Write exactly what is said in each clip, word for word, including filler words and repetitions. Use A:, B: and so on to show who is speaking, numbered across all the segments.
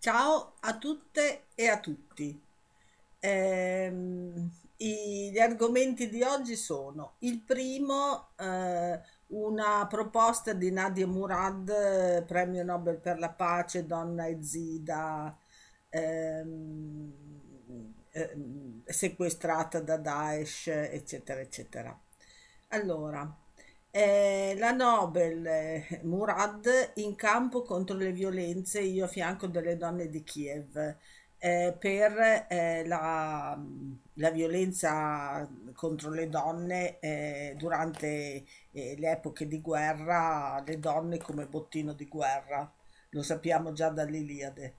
A: Ciao a tutte e a tutti. Ehm, i- gli argomenti di oggi sono il primo, eh, una proposta di Nadia Murad, eh, premio Nobel per la pace, donna ezida, ehm, ehm, sequestrata da Daesh, eccetera, eccetera. Allora, eh, la Nobel eh, Murad in campo contro le violenze, io a fianco delle donne di Kiev, eh, per eh, la, la violenza contro le donne eh, durante eh, le epoche di guerra, le donne come bottino di guerra, lo sappiamo già dall'Iliade.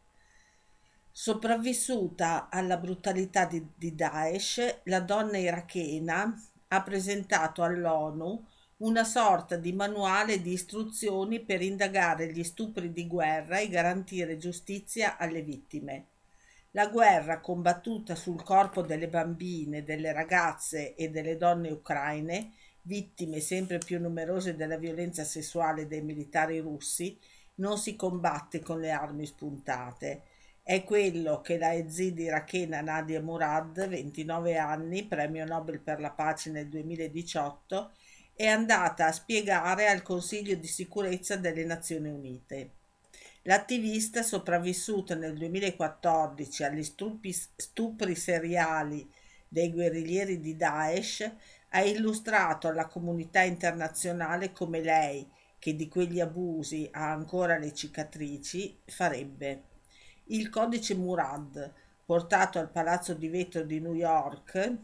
A: Sopravvissuta alla brutalità di, di Daesh, la donna irachena ha presentato all'ONU una sorta di manuale di istruzioni per indagare gli stupri di guerra e garantire giustizia alle vittime. La guerra combattuta sul corpo delle bambine, delle ragazze e delle donne ucraine, vittime sempre più numerose della violenza sessuale dei militari russi, non si combatte con le armi spuntate. È quello che la Yazidi irachena Nadia Murad, ventinove anni, premio Nobel per la pace nel duemiladiciotto, è andata a spiegare al Consiglio di sicurezza delle Nazioni Unite. L'attivista, sopravvissuta nel duemilaquattordici agli stupri, stupri seriali dei guerriglieri di Daesh, ha illustrato alla comunità internazionale come lei, che di quegli abusi ha ancora le cicatrici, farebbe. Il codice Murad, portato al Palazzo di Vetro di New York,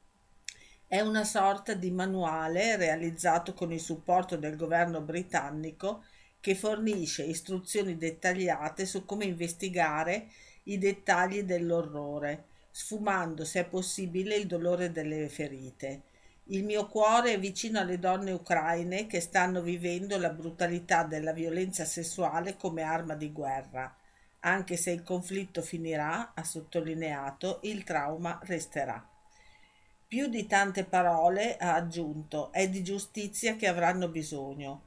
A: è una sorta di manuale realizzato con il supporto del governo britannico che fornisce istruzioni dettagliate su come investigare i dettagli dell'orrore, sfumando, se è possibile, il dolore delle ferite. Il mio cuore è vicino alle donne ucraine che stanno vivendo la brutalità della violenza sessuale come arma di guerra. Anche se il conflitto finirà, ha sottolineato, il trauma resterà. Più di tante parole, ha aggiunto, è di giustizia che avranno bisogno.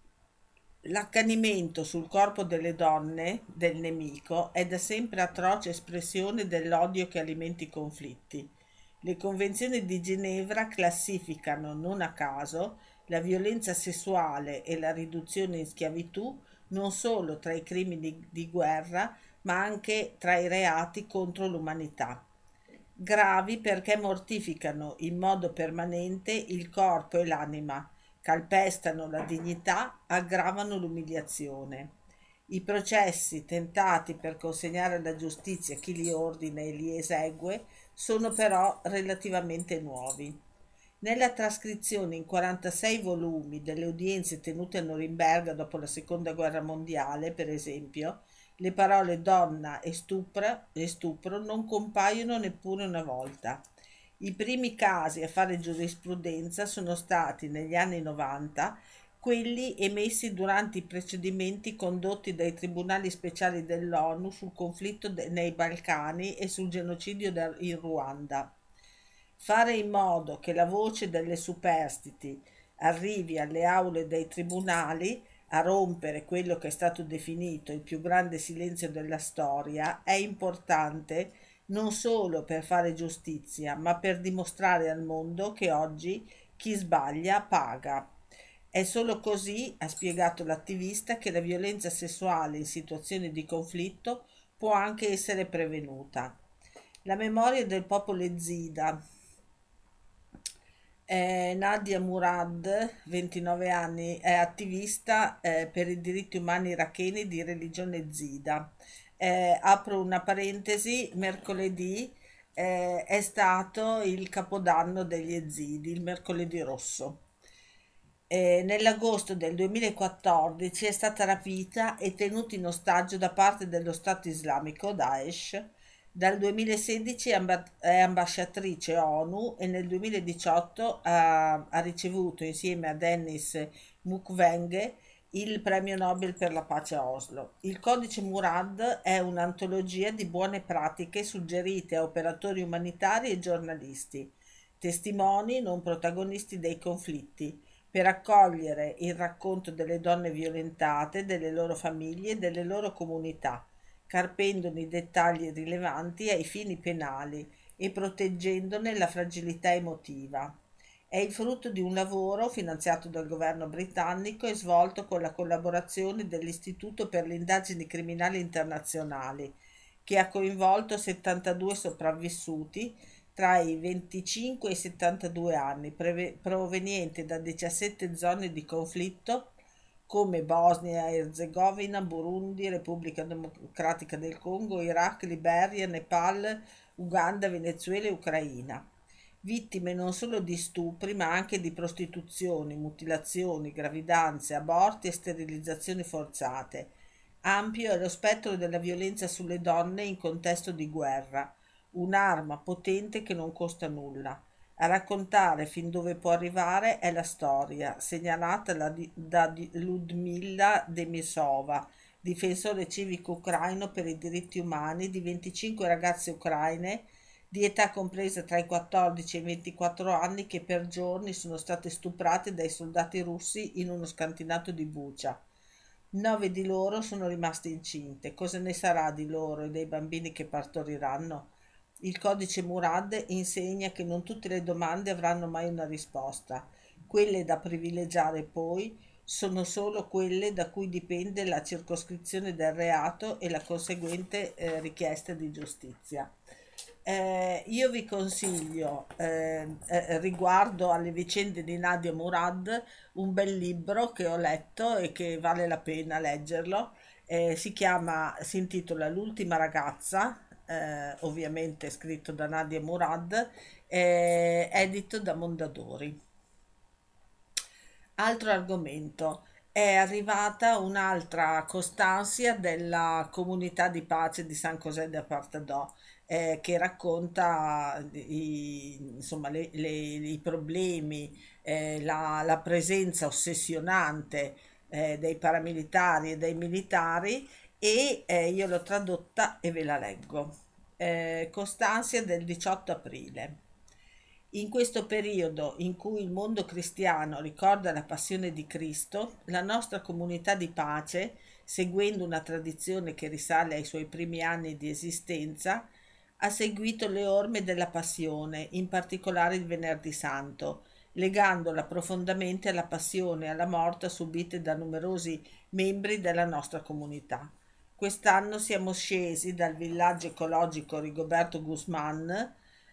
A: L'accanimento sul corpo delle donne del nemico è da sempre atroce espressione dell'odio che alimenta i conflitti. Le convenzioni di Ginevra classificano, non a caso, la violenza sessuale e la riduzione in schiavitù non solo tra i crimini di guerra, ma anche tra i reati contro l'umanità. Gravi perché mortificano in modo permanente il corpo e l'anima, calpestano la dignità, aggravano l'umiliazione. I processi tentati per consegnare alla giustizia chi li ordina e li esegue sono però relativamente nuovi. Nella trascrizione in quarantasei volumi delle udienze tenute a Norimberga dopo la seconda guerra mondiale, per esempio, le parole donna e stupro, e stupro non compaiono neppure una volta. I primi casi a fare giurisprudenza sono stati negli anni novanta quelli emessi durante i procedimenti condotti dai tribunali speciali dell'ONU sul conflitto de- nei Balcani e sul genocidio del- in Ruanda. Fare in modo che la voce delle superstiti arrivi alle aule dei tribunali a rompere quello che è stato definito il più grande silenzio della storia è importante non solo per fare giustizia, ma per dimostrare al mondo che oggi chi sbaglia paga. È solo così, ha spiegato l'attivista, che la violenza sessuale in situazioni di conflitto può anche essere prevenuta. La memoria del popolo Ezida. Eh, Nadia Murad, ventinove anni, è attivista eh, per i diritti umani iracheni di religione Zida. Eh, apro una parentesi, mercoledì eh, è stato il capodanno degli Ezidi, il mercoledì rosso. Eh, nell'agosto del duemilaquattordici è stata rapita e tenuta in ostaggio da parte dello Stato islamico Daesh. Dal duemilasedici è, amba- è ambasciatrice ONU e nel duemiladiciotto ha, ha ricevuto insieme a Dennis Mukwege il premio Nobel per la pace a Oslo. Il codice Murad è un'antologia di buone pratiche suggerite a operatori umanitari e giornalisti, testimoni non protagonisti dei conflitti, per accogliere il racconto delle donne violentate, delle loro famiglie e delle loro comunità, carpendone i dettagli rilevanti ai fini penali e proteggendone la fragilità emotiva. È il frutto di un lavoro finanziato dal governo britannico e svolto con la collaborazione dell'Istituto per le indagini criminali internazionali, che ha coinvolto settantadue sopravvissuti tra i venticinque e i settantadue anni, preve- provenienti da diciassette zone di conflitto come Bosnia e Erzegovina, Burundi, Repubblica Democratica del Congo, Iraq, Liberia, Nepal, Uganda, Venezuela e Ucraina. Vittime non solo di stupri, ma anche di prostituzioni, mutilazioni, gravidanze, aborti e sterilizzazioni forzate. Ampio è lo spettro della violenza sulle donne in contesto di guerra, un'arma potente che non costa nulla. A raccontare fin dove può arrivare è la storia, segnalata da, da Ludmilla Demisova, difensore civico ucraino per i diritti umani, di venticinque ragazze ucraine di età compresa tra i quattordici e i ventiquattro anni che per giorni sono state stuprate dai soldati russi in uno scantinato di Bucha. Nove di loro sono rimaste incinte. Cosa ne sarà di loro e dei bambini che partoriranno? Il codice Murad insegna che non tutte le domande avranno mai una risposta. Quelle da privilegiare, poi, sono solo quelle da cui dipende la circoscrizione del reato e la conseguente eh, richiesta di giustizia. Eh, io vi consiglio, eh, eh, riguardo alle vicende di Nadia Murad, un bel libro che ho letto e che vale la pena leggerlo. Eh, si chiama, si intitola L'ultima ragazza, eh, ovviamente scritto da Nadia Murad, eh, edito da Mondadori. Altro argomento. È arrivata un'altra costanzia della comunità di pace di San José de Apartadó, eh, che racconta i, insomma, le- le- i problemi, eh, la, la presenza ossessionante eh, dei paramilitari e dei militari e eh, io l'ho tradotta e ve la leggo. Eh, Costanzia del diciotto aprile. In questo periodo in cui il mondo cristiano ricorda la passione di Cristo, la nostra comunità di pace, seguendo una tradizione che risale ai suoi primi anni di esistenza, ha seguito le orme della passione, in particolare il Venerdì Santo, legandola profondamente alla passione e alla morte subite da numerosi membri della nostra comunità. Quest'anno siamo scesi dal villaggio ecologico Rigoberto Guzman,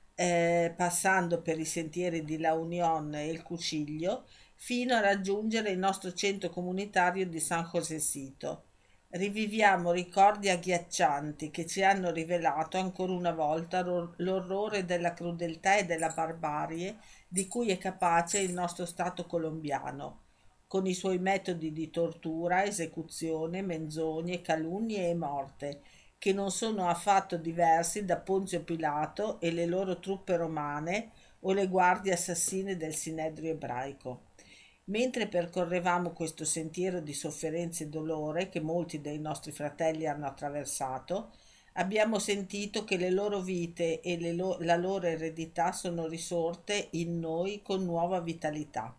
A: eh, passando per i sentieri di La Unión e il Cuciglio, fino a raggiungere il nostro centro comunitario di San Josecito. Riviviamo ricordi agghiaccianti che ci hanno rivelato ancora una volta l'or- l'orrore della crudeltà e della barbarie di cui è capace il nostro Stato colombiano, con i suoi metodi di tortura, esecuzione, menzogne, calunnie e morte, che non sono affatto diversi da Ponzio Pilato e le loro truppe romane o le guardie assassine del Sinedrio ebraico. Mentre percorrevamo questo sentiero di sofferenza e dolore che molti dei nostri fratelli hanno attraversato, abbiamo sentito che le loro vite e le lo- la loro eredità sono risorte in noi con nuova vitalità.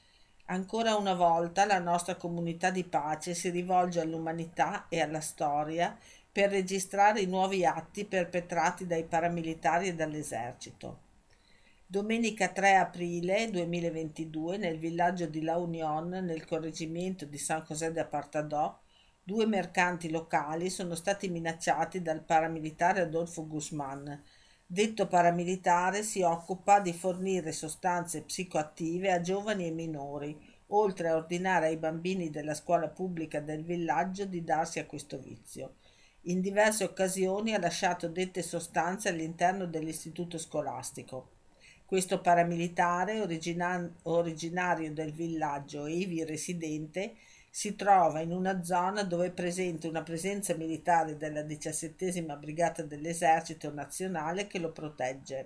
A: Ancora una volta la nostra comunità di pace si rivolge all'umanità e alla storia per registrare i nuovi atti perpetrati dai paramilitari e dall'esercito. Domenica tre aprile duemilaventidue, nel villaggio di La Unión, nel correggimento di San José de Apartadó, due mercanti locali sono stati minacciati dal paramilitare Adolfo Guzmán. Detto paramilitare si occupa di fornire sostanze psicoattive a giovani e minori, oltre a ordinare ai bambini della scuola pubblica del villaggio di darsi a questo vizio. In diverse occasioni ha lasciato dette sostanze all'interno dell'istituto scolastico. Questo paramilitare, origina- originario del villaggio e ivi residente, si trova in una zona dove è presente una presenza militare della diciassettesima Brigata dell'Esercito Nazionale che lo protegge.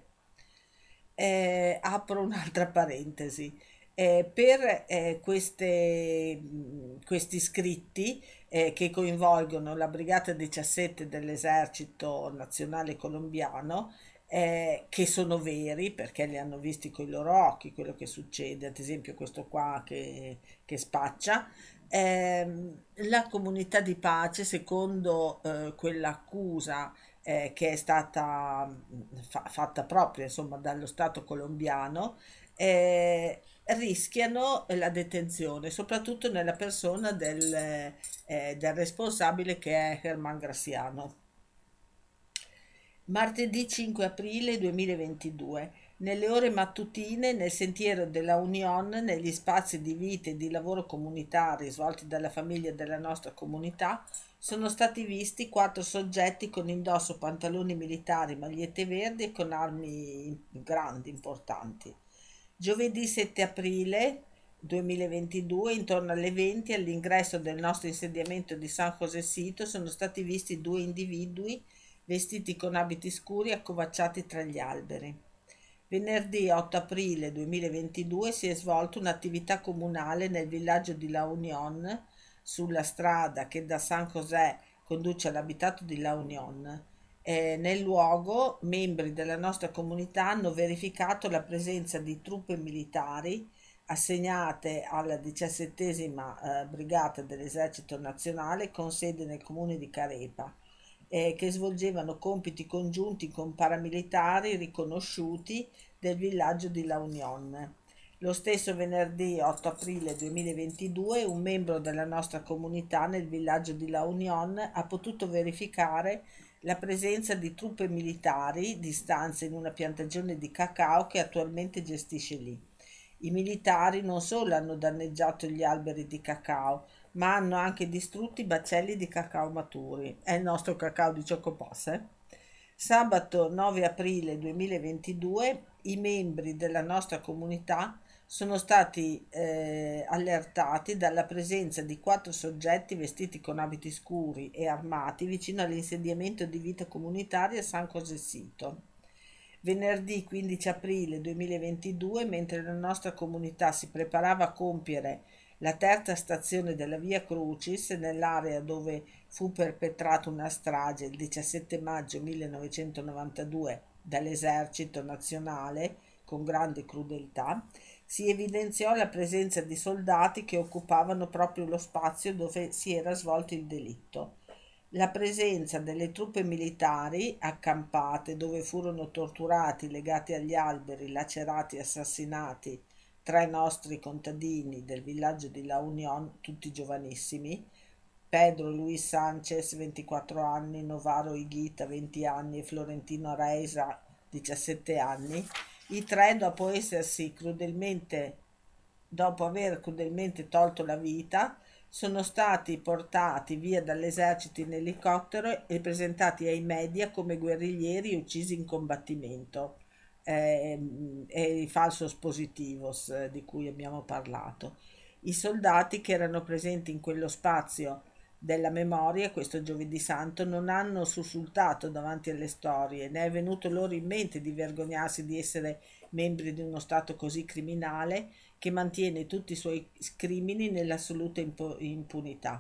A: Eh, apro un'altra parentesi. Eh, per eh, queste, mh, questi scritti eh, che coinvolgono la Brigata diciassette dell'Esercito Nazionale Colombiano, eh, che sono veri perché li hanno visti con i loro occhi, quello che succede, ad esempio questo qua che, che spaccia, Ehm, la comunità di pace, secondo eh, quell'accusa eh, che è stata mh, fa- fatta proprio insomma dallo Stato colombiano, eh, rischiano la detenzione, soprattutto nella persona del, eh, del responsabile che è Herman Graziano. Martedì cinque aprile duemilaventidue. Nelle ore mattutine, nel sentiero della Union, negli spazi di vita e di lavoro comunitari svolti dalla famiglia della nostra comunità, sono stati visti quattro soggetti con indosso pantaloni militari, magliette verdi e con armi grandi, importanti. Giovedì sette aprile duemilaventidue, intorno alle venti, all'ingresso del nostro insediamento di San José Sito, sono stati visti due individui vestiti con abiti scuri accovacciati tra gli alberi. Venerdì otto aprile duemilaventidue si è svolta un'attività comunale nel villaggio di La Union, sulla strada che da San José conduce all'abitato di La Union. Eh, nel luogo, membri della nostra comunità hanno verificato la presenza di truppe militari assegnate alla diciassettesima eh, Brigata dell'Esercito Nazionale con sede nel comune di Carepa, eh, che svolgevano compiti congiunti con paramilitari riconosciuti del villaggio di La Union. Lo stesso venerdì otto aprile duemilaventidue un membro della nostra comunità nel villaggio di La Union ha potuto verificare la presenza di truppe militari di stanza in una piantagione di cacao che attualmente gestisce lì. I militari non solo hanno danneggiato gli alberi di cacao, ma hanno anche distrutto i baccelli di cacao maturi. È il nostro cacao di Chocoposs, eh? Sabato nove aprile duemilaventidue i membri della nostra comunità sono stati eh, allertati dalla presenza di quattro soggetti vestiti con abiti scuri e armati vicino all'insediamento di vita comunitaria San Cosessito. Venerdì quindici aprile duemilaventidue, mentre la nostra comunità si preparava a compiere la terza stazione della Via Crucis nell'area dove fu perpetrata una strage il diciassette maggio millenovecentonovantadue dall'Esercito Nazionale con grande crudeltà, si evidenziò la presenza di soldati che occupavano proprio lo spazio dove si era svolto il delitto. La presenza delle truppe militari accampate dove furono torturati, legati agli alberi, lacerati e assassinati tre nostri contadini del villaggio di La Union, tutti giovanissimi, Pedro Luis Sanchez, ventiquattro anni, Novaro Higuita, venti anni e Florentino Reisa, diciassette anni, i tre dopo essersi crudelmente, dopo aver crudelmente tolto la vita, sono stati portati via dall'esercito in elicottero e presentati ai media come guerriglieri uccisi in combattimento. Eh, è il falso positivos eh, di cui abbiamo parlato. I soldati che erano presenti in quello spazio della memoria questo giovedì santo non hanno sussultato davanti alle storie, né è venuto loro in mente di vergognarsi di essere membri di uno stato così criminale che mantiene tutti i suoi crimini nell'assoluta impu- impunità.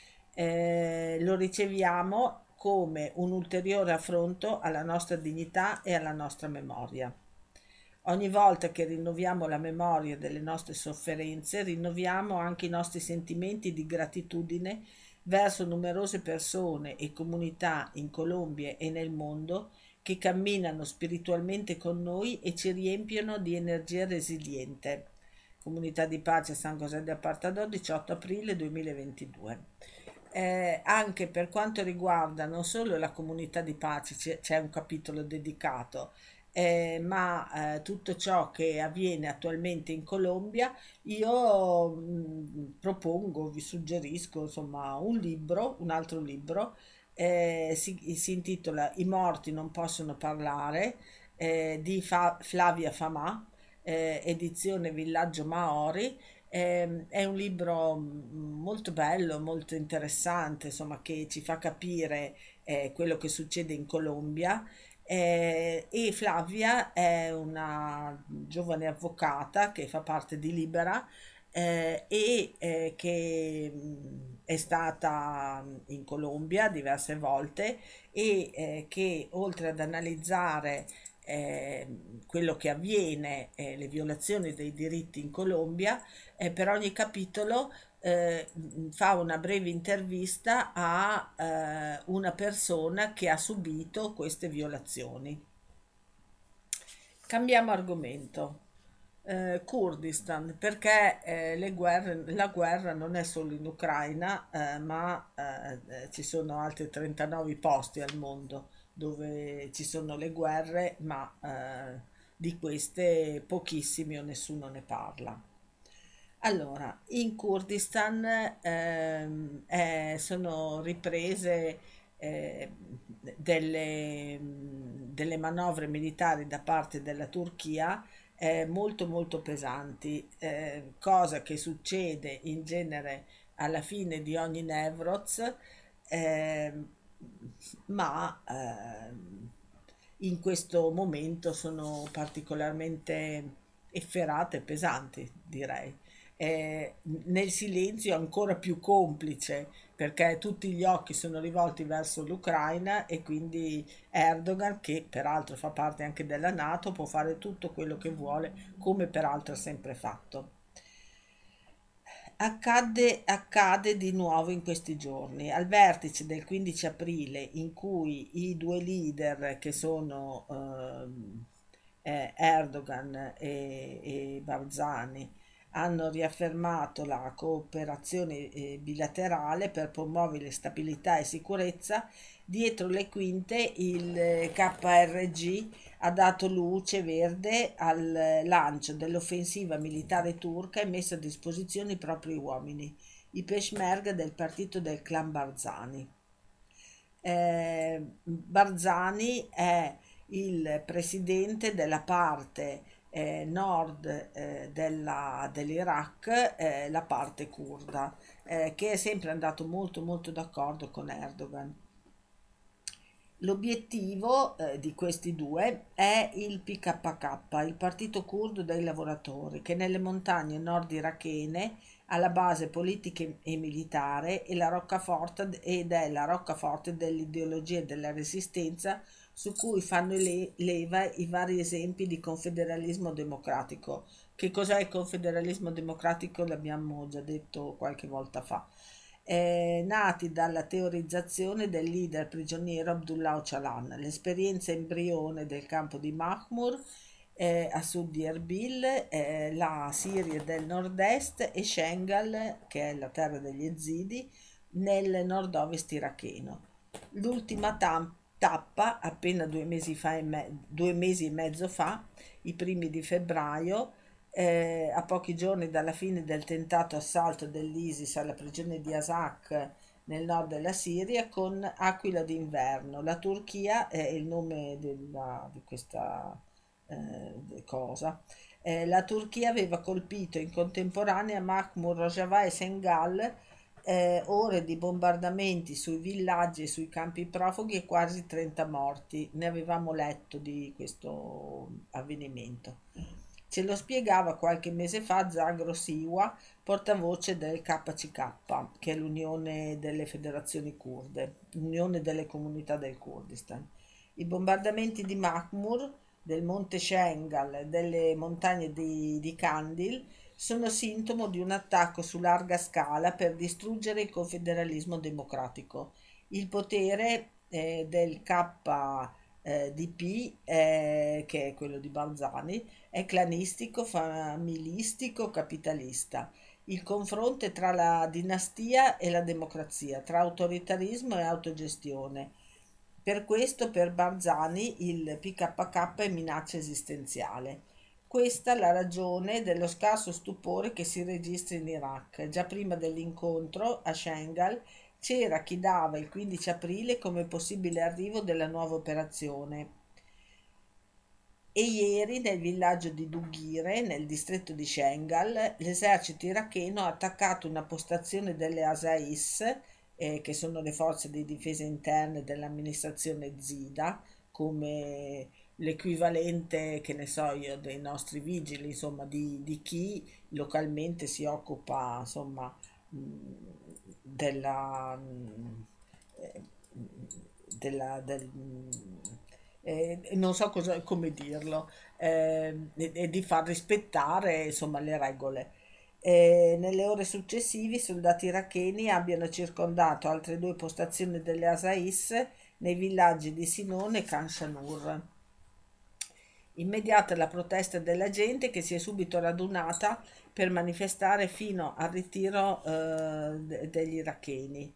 A: Eh, lo riceviamo come un ulteriore affronto alla nostra dignità e alla nostra memoria. Ogni volta che rinnoviamo la memoria delle nostre sofferenze, rinnoviamo anche i nostri sentimenti di gratitudine verso numerose persone e comunità in Colombia e nel mondo che camminano spiritualmente con noi e ci riempiono di energia resiliente. Comunità di Pace San José de Apartador, diciotto aprile duemilaventidue. Eh, anche per quanto riguarda non solo la comunità di pace, c'è, c'è un capitolo dedicato, eh, ma eh, tutto ciò che avviene attualmente in Colombia, io mh, propongo, vi suggerisco insomma un libro, un altro libro, eh, si, si intitola I morti non possono parlare, eh, di Fa- Flavia Famà, eh, edizione Villaggio Maori. Ehm, È un libro mm, molto bello, molto interessante, insomma, che ci fa capire eh, quello che succede in Colombia. Eh, e Flavia è una giovane avvocata che fa parte di Libera eh, e eh, che mm, è stata in Colombia diverse volte e eh, che oltre ad analizzare eh, quello che avviene, eh, le violazioni dei diritti in Colombia, eh, per ogni capitolo eh, fa una breve intervista a eh, una persona che ha subito queste violazioni. Cambiamo argomento. Eh, Kurdistan, perché eh, le guerre, la guerra non è solo in Ucraina, eh, ma eh, eh, ci sono altri trentanove posti al mondo dove ci sono le guerre, ma eh, di queste pochissimi o nessuno ne parla. Allora, in Kurdistan ehm, eh, sono riprese eh, delle, delle manovre militari da parte della Turchia eh, molto molto pesanti, eh, cosa che succede in genere alla fine di ogni Newroz, ehm, ma ehm, in questo momento sono particolarmente efferate e pesanti, direi. Eh, nel silenzio ancora più complice perché tutti gli occhi sono rivolti verso l'Ucraina e quindi Erdogan, che peraltro fa parte anche della NATO, può fare tutto quello che vuole, come peraltro ha sempre fatto. Accadde, accade di nuovo in questi giorni, al vertice del quindici aprile, in cui i due leader che sono ehm, eh, Erdogan e, e Barzani hanno riaffermato la cooperazione eh, bilaterale per promuovere stabilità e sicurezza. Dietro le quinte il eh, K R G ha dato luce verde al lancio dell'offensiva militare turca e messo a disposizione i propri uomini, i Peshmerga del partito del clan Barzani. Eh, Barzani è il presidente della parte eh, nord eh, della- dell'Iraq, eh, la parte curda, eh, che è sempre andato molto molto d'accordo con Erdogan. L'obiettivo eh, di questi due è il P K K, il Partito Curdo dei Lavoratori, che nelle montagne nord irachene ha la base politica e militare e la roccaforte, ed è la roccaforte dell'ideologia della resistenza su cui fanno le- leva i vari esempi di confederalismo democratico. Che cos'è il confederalismo democratico? L'abbiamo già detto qualche volta fa, eh, nati dalla teorizzazione del leader prigioniero Abdullah Öcalan, l'esperienza embrione del campo di Mahmur eh, a sud di Erbil, eh, la Siria del nord-est e Shengal, che è la terra degli Ezidi, nel nord-ovest iracheno. L'ultima tam- tappa, appena due mesi fa e me- due mesi e mezzo fa, i primi di febbraio, eh, a pochi giorni dalla fine del tentato assalto dell'ISIS alla prigione di Asak nel nord della Siria con Aquila d'inverno. La Turchia è il nome della- di questa eh, cosa. Eh, la Turchia aveva colpito in contemporanea Mahmud Rojava e Sengal, eh, ore di bombardamenti sui villaggi e sui campi profughi e quasi trenta morti. Ne avevamo letto di questo avvenimento. Ce lo spiegava qualche mese fa Zagro Siwa, portavoce del K C K, che è l'Unione delle Federazioni Kurde, l'Unione delle Comunità del Kurdistan. I bombardamenti di Makhmur, del monte Shengal e delle montagne di, di Kandil sono sintomo di un attacco su larga scala per distruggere il confederalismo democratico. Il potere eh, del K D P, eh, che è quello di Barzani, è clanistico, familistico, capitalista. Il confronto è tra la dinastia e la democrazia, tra autoritarismo e autogestione. Per questo, per Barzani, il P K K è minaccia esistenziale. Questa è la ragione dello scarso stupore che si registra in Iraq. Già prima dell'incontro a Shengal c'era chi dava il quindici aprile come possibile arrivo della nuova operazione. E ieri nel villaggio di Dugire, nel distretto di Shengal, l'esercito iracheno ha attaccato una postazione delle Asais, eh, che sono le forze di difesa interne dell'amministrazione Zida, come l'equivalente, che ne so io, dei nostri vigili, insomma, di, di chi localmente si occupa, insomma, mh, della, mh, eh, della, del, eh, non so cosa, come dirlo, eh, e, e di far rispettare insomma le regole. E nelle ore successive i soldati iracheni abbiano circondato altre due postazioni delle Asais nei villaggi di Sinone e Khan Shanur. Immediata la protesta della gente che si è subito radunata per manifestare fino al ritiro eh, de- degli iracheni.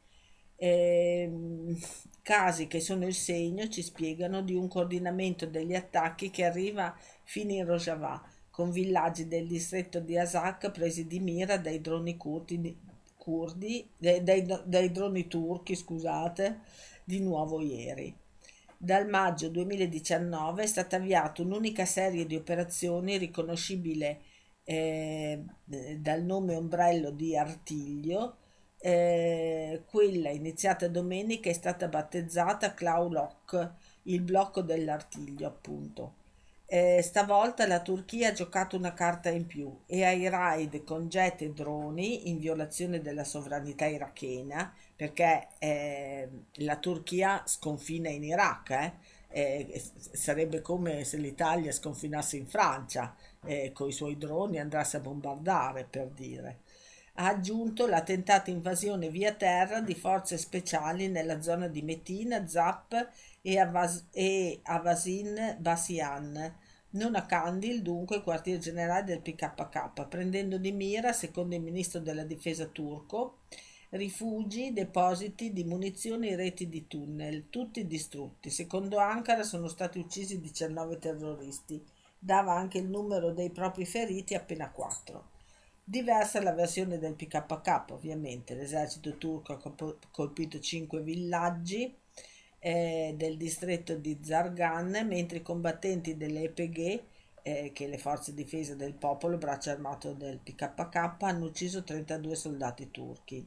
A: Ehm, Casi che sono il segno, ci spiegano, di un coordinamento degli attacchi che arriva fino in Rojava, con villaggi del distretto di Asak presi di mira dai droni curdi, curdi dai, dai- dai droni turchi, scusate, di nuovo ieri. Dal maggio duemiladiciannove è stata avviata un'unica serie di operazioni riconoscibile eh, dal nome ombrello di Artiglio. Eh, quella iniziata domenica è stata battezzata Clau Lock, il blocco dell'artiglio, appunto. Eh, stavolta la Turchia ha giocato una carta in più e ai raid con jet e droni in violazione della sovranità irachena, perché eh, la Turchia sconfina in Iraq, eh? Eh, sarebbe come se l'Italia sconfinasse in Francia, eh, con i suoi droni andasse a bombardare, per dire. Ha aggiunto la tentata invasione via terra di forze speciali nella zona di Metina, Zap e, Avas- e Avasin Basian, non a Kandil, dunque quartier generale del P K K, prendendo di mira, secondo il ministro della difesa turco, rifugi, depositi di munizioni e reti di tunnel, tutti distrutti. Secondo Ankara sono stati uccisi diciannove terroristi. Dava anche il numero dei propri feriti, appena quattro. Diversa la versione del P K K, ovviamente. L'esercito turco ha colpito cinque villaggi eh, del distretto di Zargan, mentre i combattenti delle E P G, eh, che è le forze di difesa del popolo, braccio armato del P K K, hanno ucciso trentadue soldati turchi.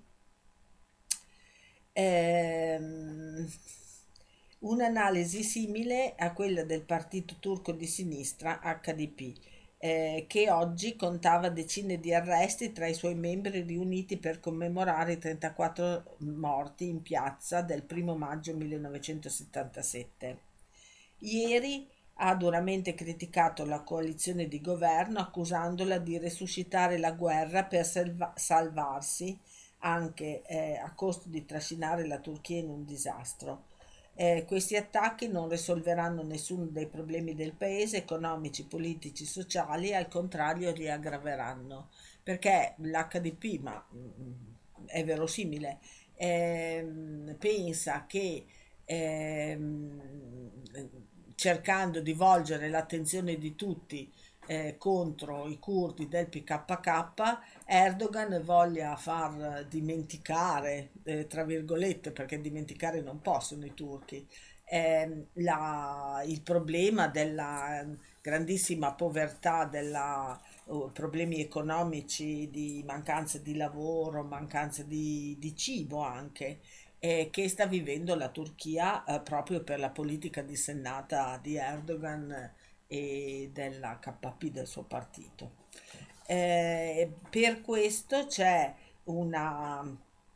A: Ehm, Un'analisi simile a quella del partito turco di sinistra H D P, eh, che oggi contava decine di arresti tra i suoi membri riuniti per commemorare i trentaquattro morti in piazza del primo maggio millenovecentosettantasette. Ieri ha duramente criticato la coalizione di governo, accusandola di resuscitare la guerra per salva- salvarsi, anche eh, a costo di trascinare la Turchia in un disastro. Eh, questi attacchi non risolveranno nessuno dei problemi del paese, economici, politici, sociali, al contrario li aggraveranno, perché l'H D P, ma mm, è verosimile, ehm, pensa che ehm, cercando di volgere l'attenzione di tutti eh, contro i curdi del P K K, Erdogan voglia far dimenticare, eh, tra virgolette, perché dimenticare non possono i turchi, ehm, la- il problema della grandissima povertà, della, oh, problemi economici, di mancanza di lavoro, mancanza di, di cibo anche, eh, che sta vivendo la Turchia eh, proprio per la politica dissennata di Erdogan e della K P, del suo partito. Eh, per questo c'è una,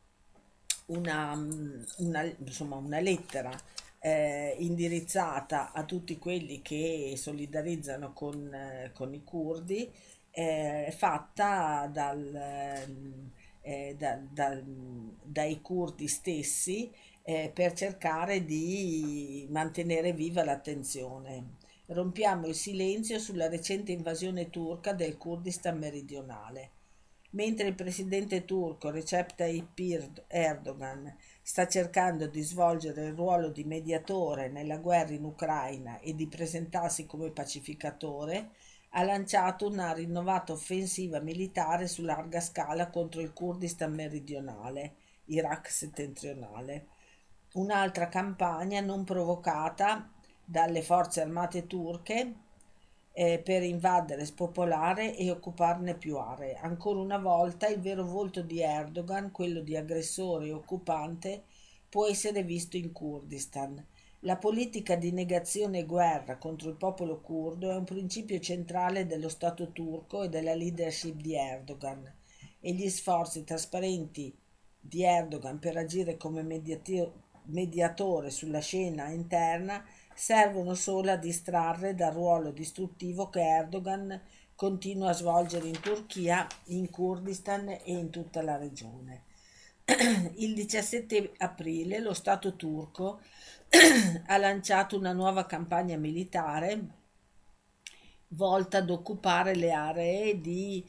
A: una, una, insomma, una lettera eh, indirizzata a tutti quelli che solidarizzano con, eh, con i curdi, eh, fatta dal, ehm, eh, da- dal- dai curdi stessi, eh, per cercare di mantenere viva l'attenzione. Rompiamo il silenzio sulla recente invasione turca del Kurdistan meridionale. Mentre il presidente turco Recep Tayyip Erdogan sta cercando di svolgere il ruolo di mediatore nella guerra in Ucraina e di presentarsi come pacificatore, ha lanciato una rinnovata offensiva militare su larga scala contro il Kurdistan meridionale, Iraq settentrionale. Un'altra campagna non provocata dalle forze armate turche eh, per invadere, spopolare e occuparne più aree. Ancora una volta il vero volto di Erdogan, quello di aggressore e occupante, può essere visto in Kurdistan. La politica di negazione e guerra contro il popolo curdo è un principio centrale dello Stato turco e della leadership di Erdogan, e gli sforzi trasparenti di Erdogan per agire come mediatio- mediatore sulla scena interna servono solo a distrarre dal ruolo distruttivo che Erdogan continua a svolgere in Turchia, in Kurdistan e in tutta la regione. Il diciassette aprile lo Stato turco ha lanciato una nuova campagna militare volta ad occupare le aree di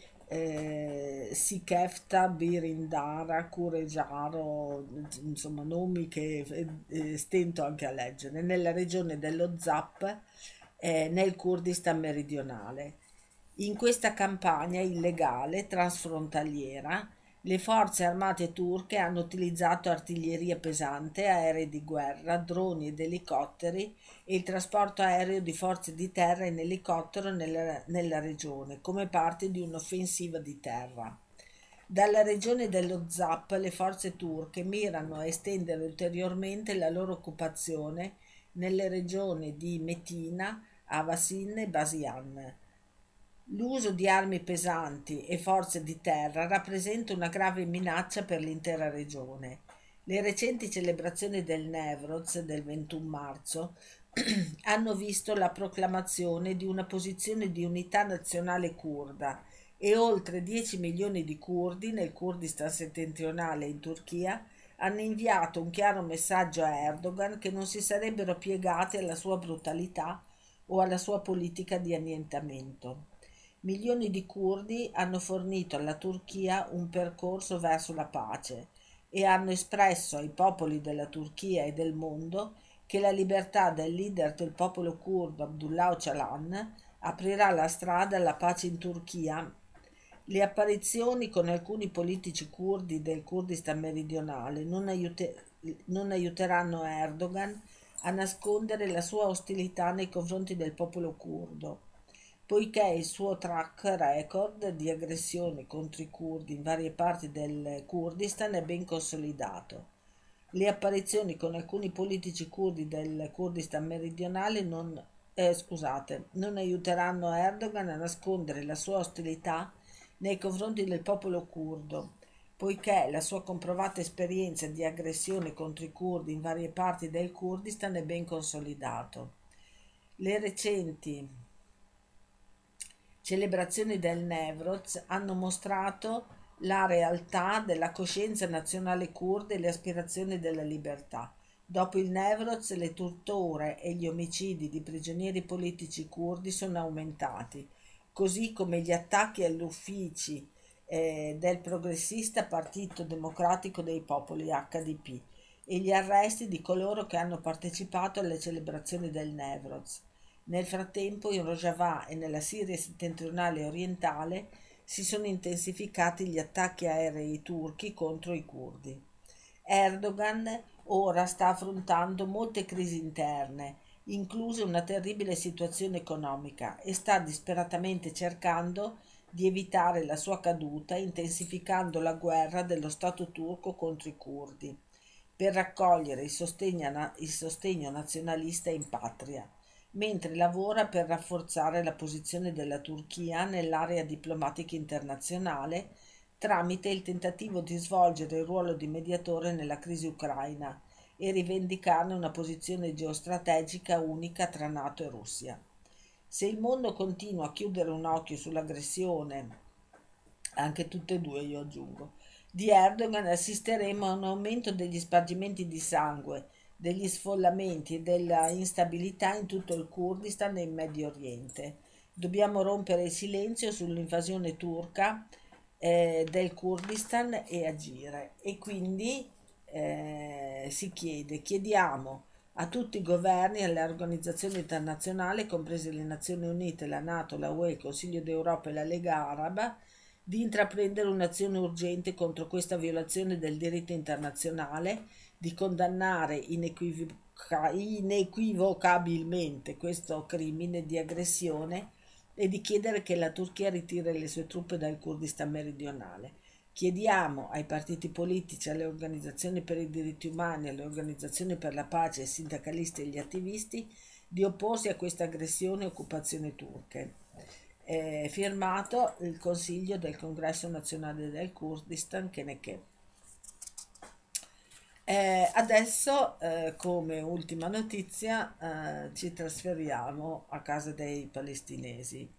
A: eh, Sikefta, Birindara, Kuregiaro, insomma nomi che eh, stento anche a leggere, nella regione dello Zap, eh, nel Kurdistan meridionale. In questa campagna illegale transfrontaliera, le forze armate turche hanno utilizzato artiglieria pesante, aerei di guerra, droni ed elicotteri e il trasporto aereo di forze di terra in elicottero nella, nella regione, come parte di un'offensiva di terra. Dalla regione dello Zap le forze turche mirano a estendere ulteriormente la loro occupazione nelle regioni di Metina, Avasin e Basian. L'uso di armi pesanti e forze di terra rappresenta una grave minaccia per l'intera regione. Le recenti celebrazioni del Newroz del ventuno marzo hanno visto la proclamazione di una posizione di unità nazionale curda e oltre dieci milioni di curdi nel Kurdistan settentrionale in Turchia hanno inviato un chiaro messaggio a Erdogan che non si sarebbero piegati alla sua brutalità o alla sua politica di annientamento. Milioni di curdi hanno fornito alla Turchia un percorso verso la pace e hanno espresso ai popoli della Turchia e del mondo che la libertà del leader del popolo curdo Abdullah Öcalan aprirà la strada alla pace in Turchia. Le apparizioni con alcuni politici curdi del Kurdistan meridionale non, aiute- non aiuteranno Erdogan a nascondere la sua ostilità nei confronti del popolo curdo, poiché il suo track record di aggressione contro i curdi in varie parti del Kurdistan è ben consolidato. Le apparizioni con alcuni politici curdi del Kurdistan meridionale non, eh, scusate, non aiuteranno Erdogan a nascondere la sua ostilità nei confronti del popolo curdo, poiché la sua comprovata esperienza di aggressione contro i curdi in varie parti del Kurdistan è ben consolidato. Le recenti celebrazioni del Newroz hanno mostrato la realtà della coscienza nazionale curda e le aspirazioni della libertà. Dopo il Newroz, le torture e gli omicidi di prigionieri politici curdi sono aumentati, così come gli attacchi agli uffici eh, del progressista Partito Democratico dei Popoli H D P e gli arresti di coloro che hanno partecipato alle celebrazioni del Newroz. Nel frattempo in Rojava e nella Siria settentrionale e orientale si sono intensificati gli attacchi aerei turchi contro i curdi. Erdogan ora sta affrontando molte crisi interne, inclusa una terribile situazione economica, e sta disperatamente cercando di evitare la sua caduta intensificando la guerra dello Stato turco contro i curdi, per raccogliere il sostegno, il sostegno nazionalista in patria, mentre lavora per rafforzare la posizione della Turchia nell'area diplomatica internazionale tramite il tentativo di svolgere il ruolo di mediatore nella crisi ucraina e rivendicarne una posizione geostrategica unica tra NATO e Russia. Se il mondo continua a chiudere un occhio sull'aggressione, anche tutte e due io aggiungo, di Erdogan, assisteremo a un aumento degli spargimenti di sangue, degli sfollamenti e della instabilità in tutto il Kurdistan e in Medio Oriente. Dobbiamo rompere il silenzio sull'invasione turca eh, del Kurdistan e agire. E quindi eh, si chiede, chiediamo a tutti i governi e alle organizzazioni internazionali, comprese le Nazioni Unite, la NATO, la U E, il Consiglio d'Europa e la Lega Araba, di intraprendere un'azione urgente contro questa violazione del diritto internazionale, di condannare inequivoca- inequivocabilmente questo crimine di aggressione e di chiedere che la Turchia ritiri le sue truppe dal Kurdistan meridionale. Chiediamo ai partiti politici, alle organizzazioni per i diritti umani, alle organizzazioni per la pace, ai sindacalisti e agli attivisti di opporsi a questa aggressione e occupazione turche. È firmato il Consiglio del Congresso Nazionale del Kurdistan, Keneke. Eh, adesso, eh, come ultima notizia, eh, ci trasferiamo a casa dei palestinesi.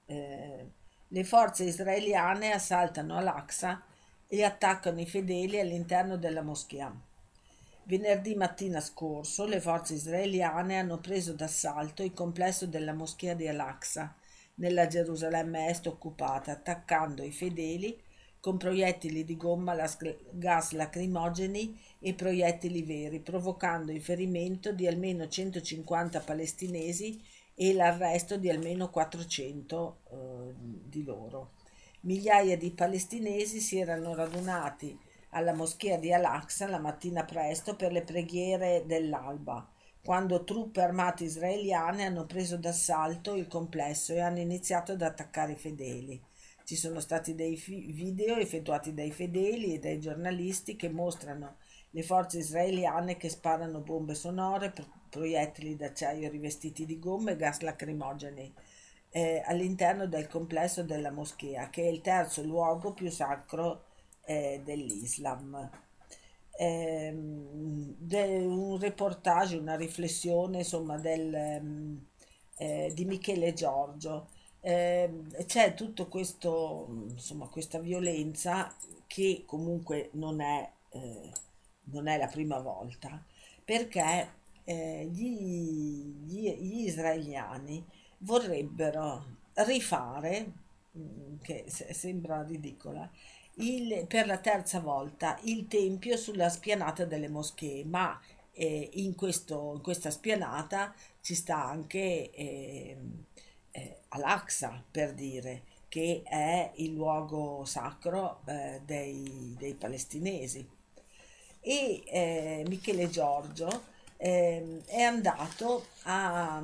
A: Eh, le forze israeliane assaltano Al-Aqsa e attaccano i fedeli all'interno della moschea. Venerdì mattina scorso le forze israeliane hanno preso d'assalto il complesso della moschea di Al-Aqsa, nella Gerusalemme Est occupata, attaccando i fedeli con proiettili di gomma, gas lacrimogeni e proiettili veri, provocando il ferimento di almeno centocinquanta palestinesi e l'arresto di almeno quattrocento eh, di loro. Migliaia di palestinesi si erano radunati alla moschea di Al-Aqsa la mattina presto per le preghiere dell'alba, quando truppe armate israeliane hanno preso d'assalto il complesso e hanno iniziato ad attaccare i fedeli. Ci sono stati dei video effettuati dai fedeli e dai giornalisti che mostrano le forze israeliane che sparano bombe sonore, proiettili d'acciaio rivestiti di gomma e gas lacrimogeni eh, all'interno del complesso della moschea, che è il terzo luogo più sacro eh, dell'Islam. Eh, un reportage, una riflessione insomma del, eh, di Michele Giorgio. Eh, c'è tutto questo, insomma, questa violenza che comunque non è, eh, non è la prima volta, perché eh, gli, gli, gli israeliani vorrebbero rifare, mm, che se- sembra ridicola, il- per la terza volta il tempio sulla spianata delle moschee, ma eh, in questo- in questa spianata ci sta anche eh, eh, Al-Aqsa, per dire, che è il luogo sacro eh, dei, dei palestinesi. E eh, Michele Giorgio ehm, è andato a,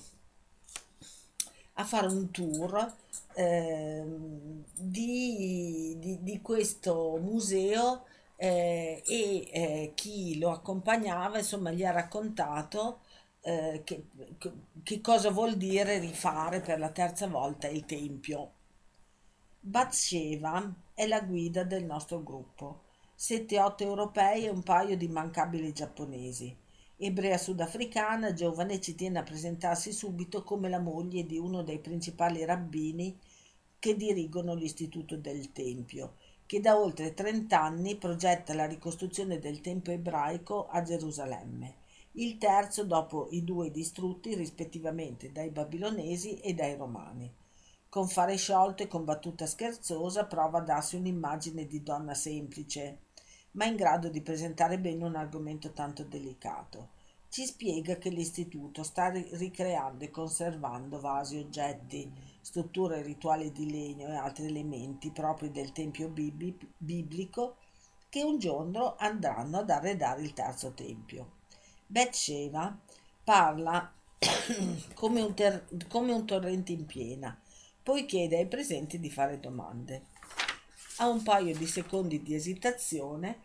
A: a fare un tour ehm, di, di- di questo museo eh, e eh, chi lo accompagnava, insomma, gli ha raccontato eh, che, che- che cosa vuol dire rifare per la terza volta il tempio. Batsheva è la guida del nostro gruppo, sette otto europei e un paio di immancabili giapponesi. Ebrea sudafricana, giovane, ci tiene a presentarsi subito come la moglie di uno dei principali rabbini che dirigono l'istituto del Tempio, che da oltre trenta anni progetta la ricostruzione del Tempio ebraico a Gerusalemme, il terzo dopo i due distrutti rispettivamente dai babilonesi e dai romani. Con fare sciolto e con battuta scherzosa prova a darsi un'immagine di donna semplice, ma in grado di presentare bene un argomento tanto delicato. Ci spiega che l'istituto sta ri- ricreando e conservando vasi, oggetti, strutture rituali di legno e altri elementi propri del tempio bibi- biblico che un giorno andranno ad arredare il terzo tempio. Betsheva parla come un, ter- come un torrente in piena, poi chiede ai presenti di fare domande. Ha un paio di secondi di esitazione,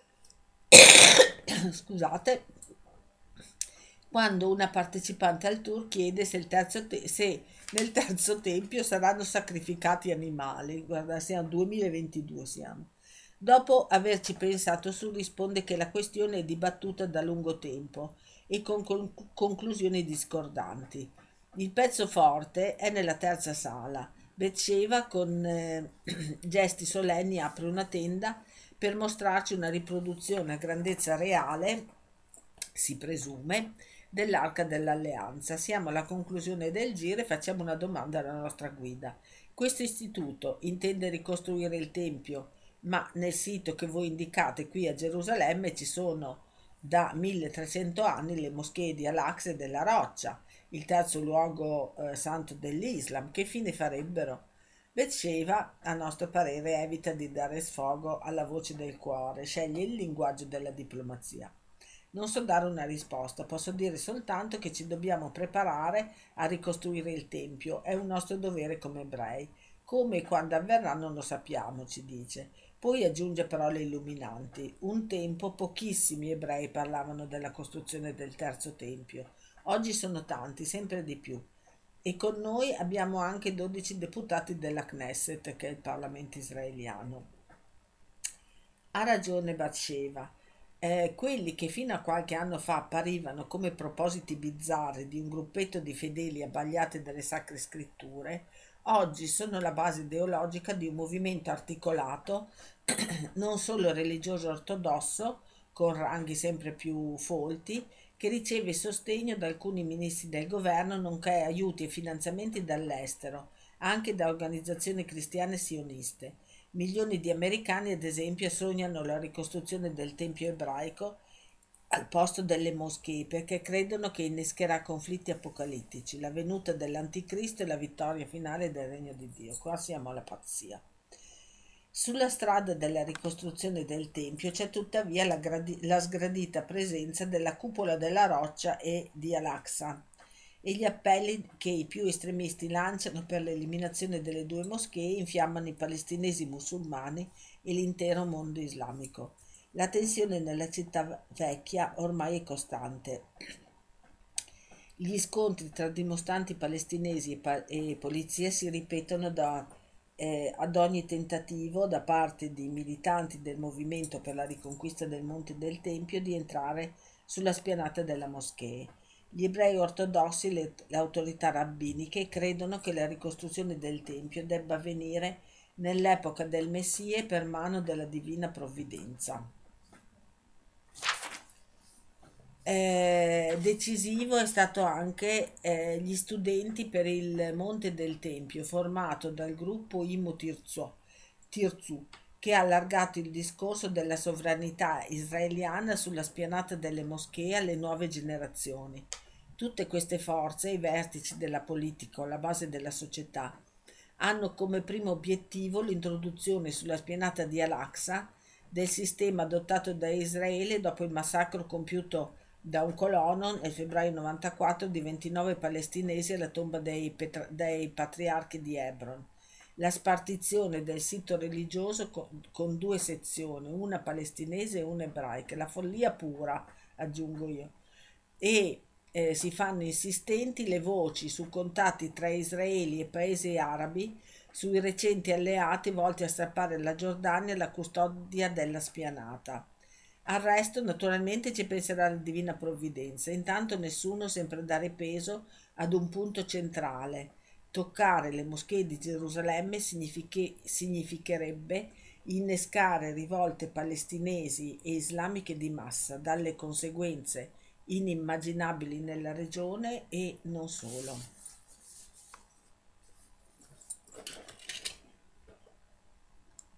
A: scusate, quando una partecipante al tour chiede se, il terzo te- se nel terzo tempio saranno sacrificati animali. Guarda, siamo duemilaventidue siamo. Dopo averci pensato su, risponde che la questione è dibattuta da lungo tempo e con con- conclusioni discordanti. Il pezzo forte è nella terza sala. Betsheva con eh, gesti solenni apre una tenda per mostrarci una riproduzione a grandezza reale, si presume, dell'Arca dell'Alleanza. Siamo alla conclusione del giro e facciamo una domanda alla nostra guida. Questo istituto intende ricostruire il Tempio, ma nel sito che voi indicate qui a Gerusalemme ci sono da milletrecento anni le moschee di Al-Aqsa e della Roccia, il terzo luogo eh, santo dell'Islam. Che fine farebbero? Betsheva, a nostro parere, evita di dare sfogo alla voce del cuore, sceglie il linguaggio della diplomazia. Non so dare una risposta, posso dire soltanto che ci dobbiamo preparare a ricostruire il Tempio, è un nostro dovere come ebrei. Come e quando avverrà non lo sappiamo, ci dice. Poi aggiunge parole illuminanti. Un tempo pochissimi ebrei parlavano della costruzione del terzo Tempio. Oggi sono tanti, sempre di più. E con noi abbiamo anche dodici deputati della Knesset, che è il Parlamento israeliano. Ha ragione Batsheva. Eh, quelli che fino a qualche anno fa apparivano come propositi bizzarri di un gruppetto di fedeli abbagliati dalle sacre scritture, oggi sono la base ideologica di un movimento articolato non solo religioso ortodosso, con ranghi sempre più folti, che riceve sostegno da alcuni ministri del governo, nonché aiuti e finanziamenti dall'estero, anche da organizzazioni cristiane sioniste. Milioni di americani, ad esempio, sognano la ricostruzione del Tempio ebraico al posto delle moschee perché credono che innescherà conflitti apocalittici, la venuta dell'anticristo e la vittoria finale del regno di Dio. Qua siamo alla pazzia. Sulla strada della ricostruzione del Tempio c'è tuttavia la, gradi- la sgradita presenza della cupola della roccia e di Al-Aqsa e gli appelli che i più estremisti lanciano per l'eliminazione delle due moschee infiammano i palestinesi musulmani e l'intero mondo islamico. La tensione nella città vecchia ormai è costante. Gli scontri tra dimostranti palestinesi e, pa- e polizia si ripetono da, eh, ad ogni tentativo da parte di militanti del movimento per la riconquista del Monte del Tempio di entrare sulla spianata della moschea. Gli ebrei ortodossi e le, le autorità rabbiniche credono che la ricostruzione del Tempio debba avvenire nell'epoca del Messia per mano della divina provvidenza. Eh, decisivo è stato anche eh, gli studenti per il Monte del Tempio, formato dal gruppo Imo Tirzu, Tirzu, che ha allargato il discorso della sovranità israeliana sulla spianata delle moschee alle nuove generazioni. Tutte queste forze, i vertici della politica o la base della società, hanno come primo obiettivo l'introduzione sulla spianata di Al-Aqsa del sistema adottato da Israele dopo il massacro compiuto da un colono nel febbraio novantaquattro di ventinove palestinesi alla tomba dei, Petra- dei patriarchi di Hebron. La spartizione del sito religioso con, con due sezioni, una palestinese e una ebraica, la follia pura, aggiungo io. E eh, si fanno insistenti le voci su contatti tra Israele e paesi arabi sui recenti alleati volti a strappare alla Giordania la custodia della spianata. Al resto, naturalmente, ci penserà la divina provvidenza. Intanto nessuno sembra dare peso ad un punto centrale. Toccare le moschee di Gerusalemme significhe- significherebbe innescare rivolte palestinesi e islamiche di massa, dalle conseguenze inimmaginabili nella regione e non solo.